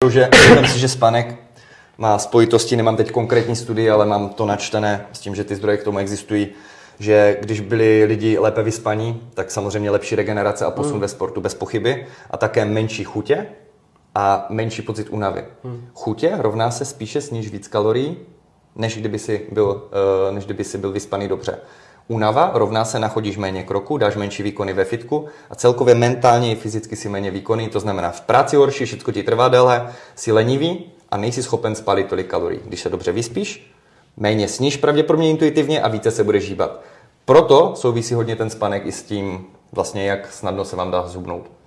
protože myslím si, že spánek má spojitosti, nemám teď konkrétní studii, ale mám to načtené s tím, že ty zdroje k tomu existují, že když byli lidi lépe vyspaní, tak samozřejmě lepší regenerace a posun ve sportu bez pochyby a také menší chutě a menší pocit únavy. Chutě rovná se spíše sníž víc kalorií, než kdyby si byl vyspaný dobře. Únava rovná se nachodíš méně kroků, dáš menší výkony ve fitku a celkově mentálně i fyzicky si méně výkony, to znamená v práci horší, všechno ti trvá déle, si lenivý a nejsi schopen spálit tolik kalorií. Když se dobře vyspíš, méně sníš pravděpodobně intuitivně a více se budeš hýbat. Proto souvisí hodně ten spánek i s tím, vlastně jak snadno se vám dá zhubnout.